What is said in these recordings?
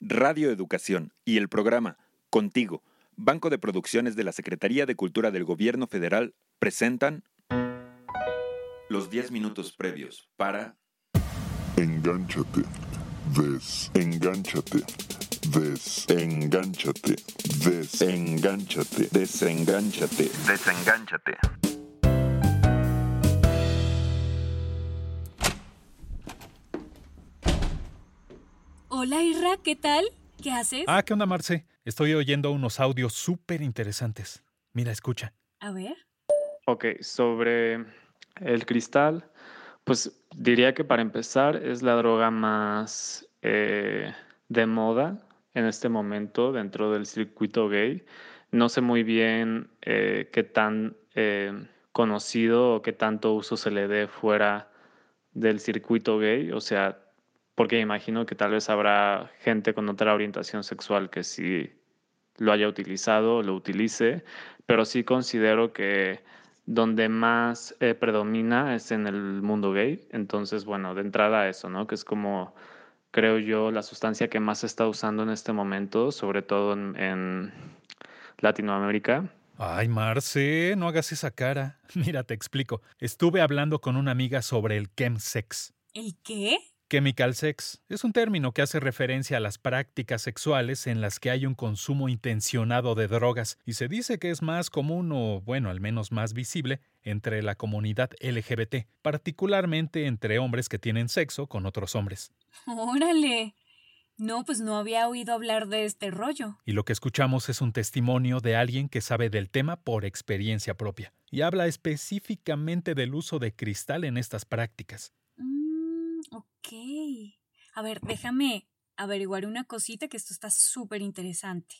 Radio Educación y el programa Contigo, Banco de Producciones de la Secretaría de Cultura del Gobierno Federal, presentan los 10 minutos previos para Engánchate, desengánchate, desengánchate, desengánchate, desengánchate, desengánchate. Hola Irra, ¿qué tal? ¿Qué haces? ¿Qué onda, Marce? Estoy oyendo unos audios súper interesantes. Mira, escucha. A ver. Ok, sobre el cristal, pues diría que para empezar es la droga más de moda en este momento dentro del circuito gay. No sé muy bien qué tan conocido o qué tanto uso se le dé fuera del circuito gay, o sea, porque imagino que tal vez habrá gente con otra orientación sexual que sí lo haya utilizado o lo utilice, pero sí considero que donde más predomina es en el mundo gay. Entonces, bueno, de entrada eso, ¿no? Que es como, creo yo, la sustancia que más se está usando en este momento, sobre todo en Latinoamérica. Ay, Marce, no hagas esa cara. Mira, te explico. Estuve hablando con una amiga sobre el chemsex. ¿El qué? Chemical sex es un término que hace referencia a las prácticas sexuales en las que hay un consumo intencionado de drogas y se dice que es más común o, bueno, al menos más visible entre la comunidad LGBT, particularmente entre hombres que tienen sexo con otros hombres. Órale. No, pues no había oído hablar de este rollo. Y lo que escuchamos es un testimonio de alguien que sabe del tema por experiencia propia y habla específicamente del uso de cristal en estas prácticas. Ok. A ver, déjame averiguar una cosita que esto está súper interesante.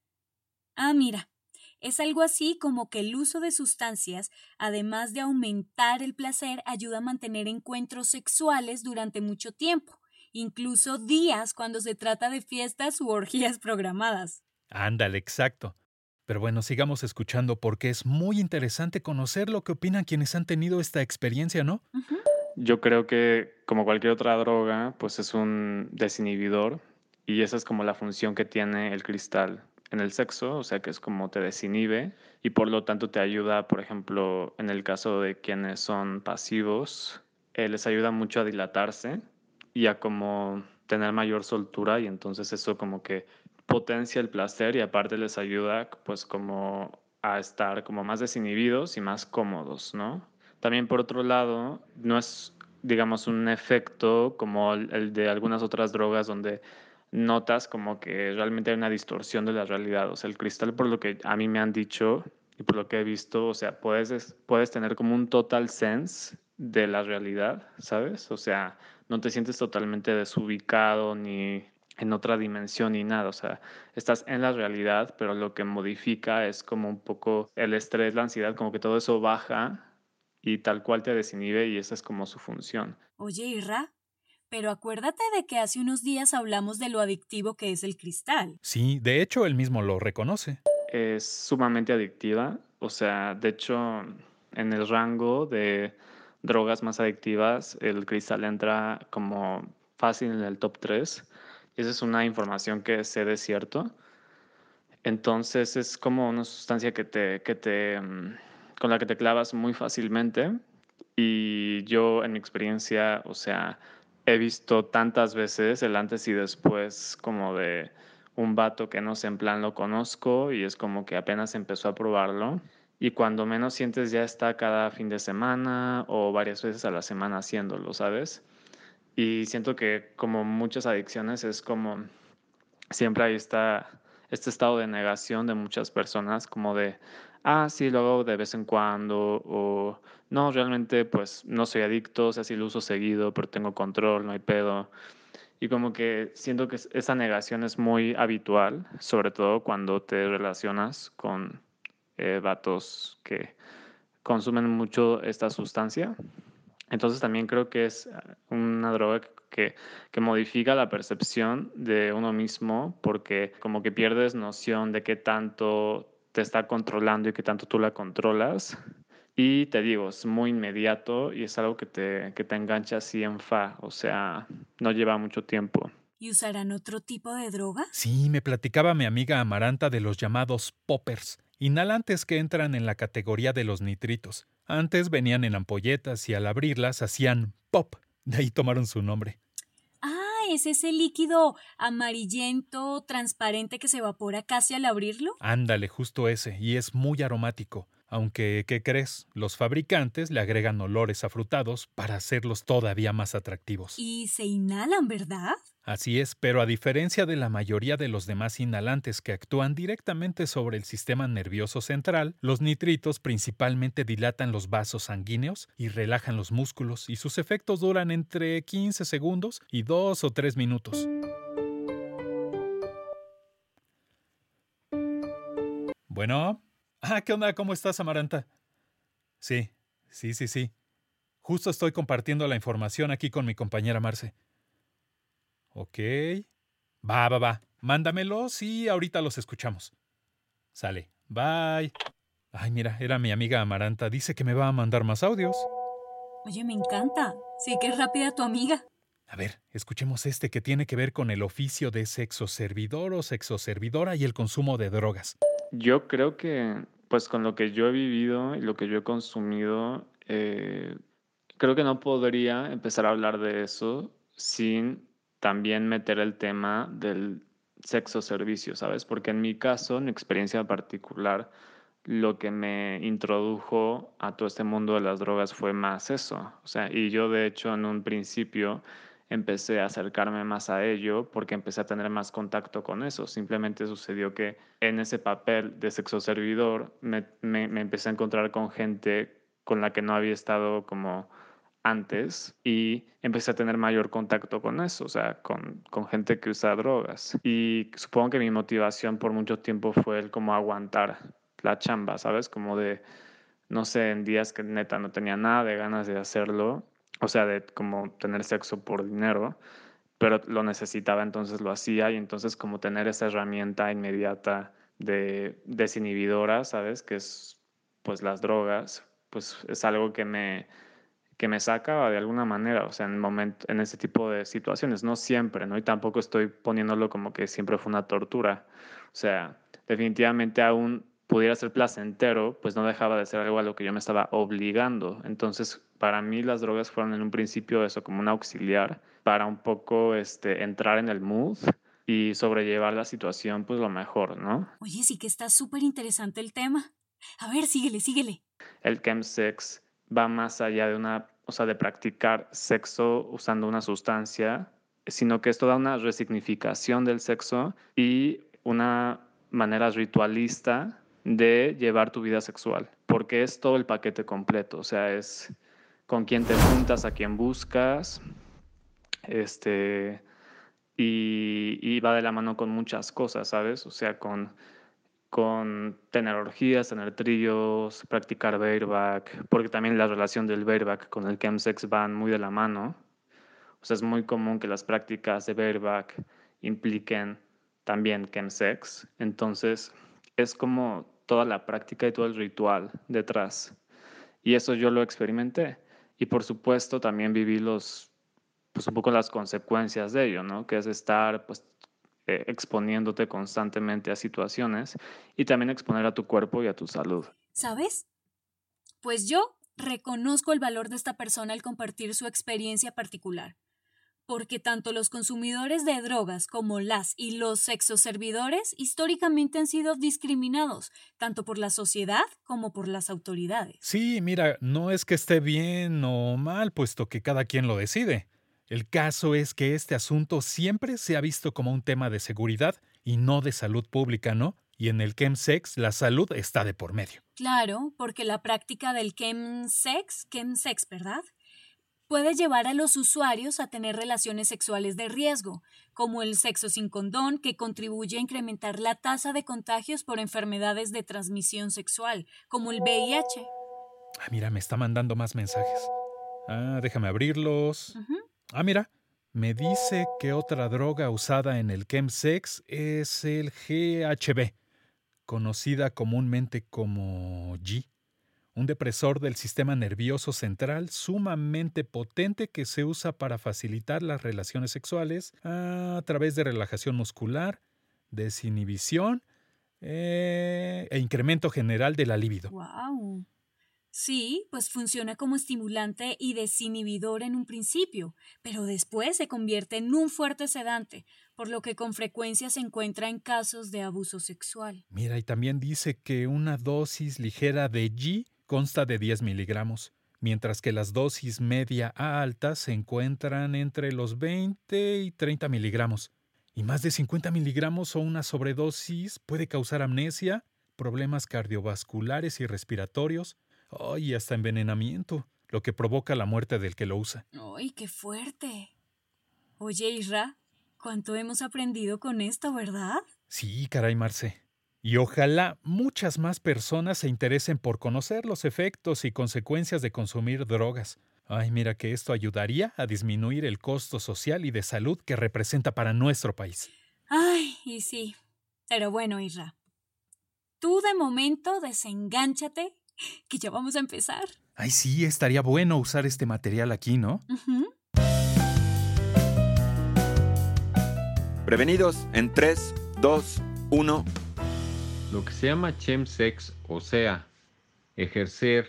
Mira, es algo así como que el uso de sustancias, además de aumentar el placer, ayuda a mantener encuentros sexuales durante mucho tiempo, incluso días cuando se trata de fiestas u orgías programadas. Ándale, exacto. Pero bueno, sigamos escuchando porque es muy interesante conocer lo que opinan quienes han tenido esta experiencia, ¿no? Ujú. Yo creo que como cualquier otra droga, pues es un desinhibidor y esa es como la función que tiene el cristal en el sexo, o sea que es como te desinhibe y por lo tanto te ayuda, por ejemplo, en el caso de quienes son pasivos, les ayuda mucho a dilatarse y a como tener mayor soltura y entonces eso como que potencia el placer y aparte les ayuda pues como a estar como más desinhibidos y más cómodos, ¿no? También por otro lado, no es, digamos, un efecto como el de algunas otras drogas donde notas como que realmente hay una distorsión de la realidad. O sea, el cristal, por lo que a mí me han dicho y por lo que he visto, o sea, puedes tener como un total sense de la realidad, ¿sabes? O sea, no te sientes totalmente desubicado ni en otra dimensión ni nada. O sea, estás en la realidad, pero lo que modifica es como un poco el estrés, la ansiedad, como que todo eso baja y tal cual te desinhibe y esa es como su función. Oye, Irra, pero acuérdate de que hace unos días hablamos de lo adictivo que es el cristal. Sí, de hecho él mismo lo reconoce. Es sumamente adictiva, o sea, de hecho, en el rango de drogas más adictivas, el cristal entra como fácil en el top 3. Esa es una información que sé de cierto. Entonces es como una sustancia con la que te clavas muy fácilmente. Y yo, en mi experiencia, o sea, he visto tantas veces el antes y después como de un vato que no sé, en plan lo conozco y es como que apenas empezó a probarlo. Y cuando menos sientes ya está cada fin de semana o varias veces a la semana haciéndolo, ¿sabes? Y siento que como muchas adicciones es como siempre hay este estado de negación de muchas personas, como de, sí, lo hago de vez en cuando, o no, realmente pues no soy adicto, o sea, sí lo uso seguido, pero tengo control, no hay pedo. Y como que siento que esa negación es muy habitual, sobre todo cuando te relacionas con vatos que consumen mucho esta sustancia. Entonces también creo que es una droga que modifica la percepción de uno mismo porque como que pierdes noción de qué tanto te está controlando y qué tanto tú la controlas. Y te digo, es muy inmediato y es algo que te engancha así en fa, o sea, no lleva mucho tiempo. ¿Y usarán otro tipo de droga? Sí, me platicaba mi amiga Amaranta de los llamados poppers, inhalantes que entran en la categoría de los nitritos. Antes venían en ampolletas y al abrirlas hacían pop. De ahí tomaron su nombre. Ah, ¿es ese líquido amarillento, transparente que se evapora casi al abrirlo? Ándale, justo ese, y es muy aromático. Aunque, ¿qué crees? Los fabricantes le agregan olores afrutados para hacerlos todavía más atractivos. Y se inhalan, ¿verdad? Así es, pero a diferencia de la mayoría de los demás inhalantes que actúan directamente sobre el sistema nervioso central, los nitritos principalmente dilatan los vasos sanguíneos y relajan los músculos, y sus efectos duran entre 15 segundos y 2 o 3 minutos. Bueno. ¿Qué onda? ¿Cómo estás, Amaranta? Sí. Justo estoy compartiendo la información aquí con mi compañera Marce. Ok. Va. Mándamelos y ahorita los escuchamos. Sale. Bye. Ay, mira, era mi amiga Amaranta. Dice que me va a mandar más audios. Oye, me encanta. Sí, que es rápida tu amiga. A ver, escuchemos este que tiene que ver con el oficio de sexoservidor o sexoservidora y el consumo de drogas. Yo creo que, pues con lo que yo he vivido y lo que yo he consumido, creo que no podría empezar a hablar de eso sin también meter el tema del sexo servicio, ¿sabes? Porque en mi caso, en mi experiencia particular, lo que me introdujo a todo este mundo de las drogas fue más eso. O sea, y yo de hecho en un principio empecé a acercarme más a ello porque empecé a tener más contacto con eso. Simplemente sucedió que en ese papel de sexo servidor me empecé a encontrar con gente con la que no había estado como antes y empecé a tener mayor contacto con eso, o sea, con gente que usa drogas. Y supongo que mi motivación por mucho tiempo fue el como aguantar la chamba, ¿sabes? Como de, no sé, en días que neta no tenía nada de ganas de hacerlo, o sea, de como tener sexo por dinero, pero lo necesitaba, entonces lo hacía y entonces como tener esa herramienta inmediata de desinhibidora, ¿sabes? Que es pues las drogas, pues es algo que me saca de alguna manera, o sea, en ese tipo de situaciones, no siempre, ¿no? Y tampoco estoy poniéndolo como que siempre fue una tortura, o sea, definitivamente aún pudiera ser placentero, pues no dejaba de ser algo a lo que yo me estaba obligando. Entonces, para mí las drogas fueron en un principio eso, como un auxiliar para un poco entrar en el mood y sobrellevar la situación, pues lo mejor, ¿no? Oye, sí que está súper interesante el tema. A ver, síguele. El chemsex va más allá de o sea, de practicar sexo usando una sustancia, sino que esto da una resignificación del sexo y una manera ritualista de llevar tu vida sexual, porque es todo el paquete completo, o sea, es con quién te juntas, a quién buscas, y va de la mano con muchas cosas, ¿sabes? O sea, con tener orgías, tener tríos, practicar bareback, porque también la relación del bareback con el chemsex van muy de la mano. O sea, es muy común que las prácticas de bareback impliquen también chemsex. Entonces, es como toda la práctica y todo el ritual detrás. Y eso yo lo experimenté. Y por supuesto, también viví pues un poco las consecuencias de ello, ¿no? Que es estar, pues, exponiéndote constantemente a situaciones y también exponer a tu cuerpo y a tu salud. ¿Sabes? Pues yo reconozco el valor de esta persona al compartir su experiencia particular, porque tanto los consumidores de drogas como las y los sexoservidores históricamente han sido discriminados, tanto por la sociedad como por las autoridades. Sí, mira, no es que esté bien o mal, puesto que cada quien lo decide. El caso es que este asunto siempre se ha visto como un tema de seguridad y no de salud pública, ¿no? Y en el chemsex la salud está de por medio. Claro, porque la práctica del chemsex, ¿verdad?, puede llevar a los usuarios a tener relaciones sexuales de riesgo, como el sexo sin condón, que contribuye a incrementar la tasa de contagios por enfermedades de transmisión sexual, como el VIH. Mira, me está mandando más mensajes. Déjame abrirlos. Mira, me dice que otra droga usada en el chemsex es el GHB, conocida comúnmente como G. un depresor del sistema nervioso central sumamente potente que se usa para facilitar las relaciones sexuales a través de relajación muscular, desinhibición e incremento general de la libido. ¡Wow! Sí, pues funciona como estimulante y desinhibidor en un principio, pero después se convierte en un fuerte sedante, por lo que con frecuencia se encuentra en casos de abuso sexual. Mira, y también dice que una dosis ligera de G consta de 10 miligramos, mientras que las dosis media a alta se encuentran entre los 20 y 30 miligramos. Y más de 50 miligramos o una sobredosis puede causar amnesia, problemas cardiovasculares y respiratorios, y hasta envenenamiento, lo que provoca la muerte del que lo usa. ¡Ay, qué fuerte! Oye, Isra, ¿cuánto hemos aprendido con esto, verdad? Sí, caray, Marce. Y ojalá muchas más personas se interesen por conocer los efectos y consecuencias de consumir drogas. Ay, mira que esto ayudaría a disminuir el costo social y de salud que representa para nuestro país. Ay, y sí. Pero bueno, Isra, tú de momento desengánchate, que ya vamos a empezar. Ay, sí, estaría bueno usar este material aquí, ¿no? Ujú. Prevenidos en 3, 2, 1. Lo que se llama chemsex, o sea, ejercer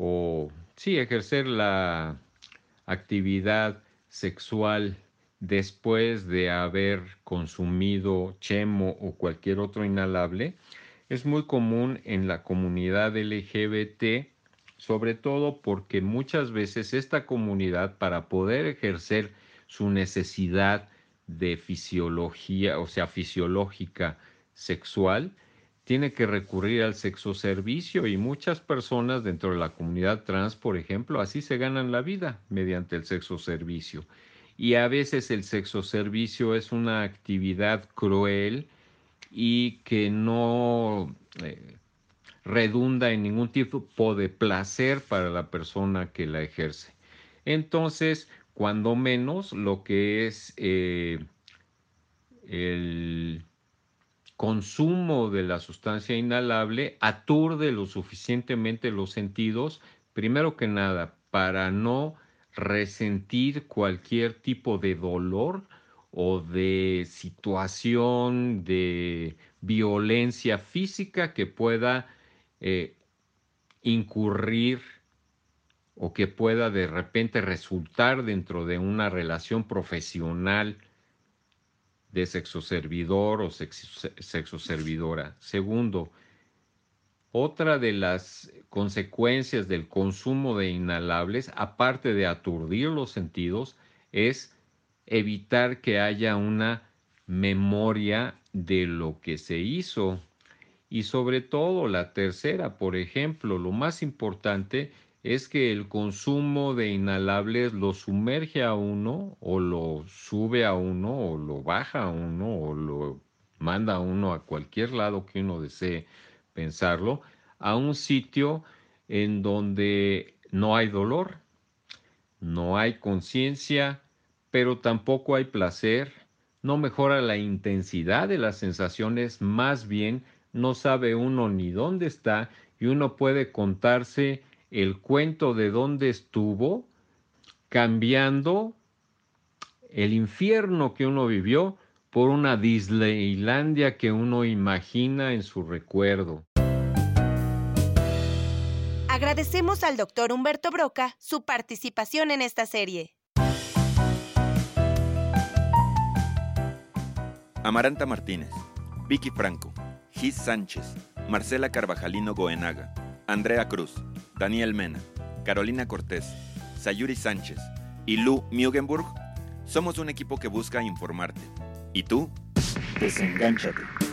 la actividad sexual después de haber consumido chemo o cualquier otro inhalable, es muy común en la comunidad LGBT, sobre todo porque muchas veces esta comunidad, para poder ejercer su necesidad de fisiología, o sea, fisiológica sexual, tiene que recurrir al sexoservicio, y muchas personas dentro de la comunidad trans, por ejemplo, así se ganan la vida mediante el sexoservicio. Y a veces el sexoservicio es una actividad cruel y que no redunda en ningún tipo de placer para la persona que la ejerce. Entonces, cuando menos lo que es el consumo de la sustancia inhalable aturde lo suficientemente los sentidos, primero que nada, para no resentir cualquier tipo de dolor o de situación de violencia física que pueda incurrir o que pueda de repente resultar dentro de una relación profesional de sexoservidor o sexoservidora. Segundo, otra de las consecuencias del consumo de inhalables, aparte de aturdir los sentidos, es evitar que haya una memoria de lo que se hizo. Y sobre todo la tercera, por ejemplo, lo más importante es que el consumo de inhalables lo sumerge a uno, o lo sube a uno, o lo baja a uno, o lo manda a uno a cualquier lado que uno desee pensarlo, a un sitio en donde no hay dolor, no hay conciencia, pero tampoco hay placer, no mejora la intensidad de las sensaciones, más bien no sabe uno ni dónde está, y uno puede contarse el cuento de dónde estuvo, cambiando el infierno que uno vivió por una Disneylandia que uno imagina en su recuerdo. Agradecemos al Dr. Humberto Broca su participación en esta serie. Amaranta Martínez, Vicky Franco, Gis Sánchez, Marcela Carvajalino Goenaga, Andrea Cruz, Daniel Mena, Carolina Cortés, Sayuri Sánchez y Lu Mugenburg somos un equipo que busca informarte. ¿Y tú? Desengánchate.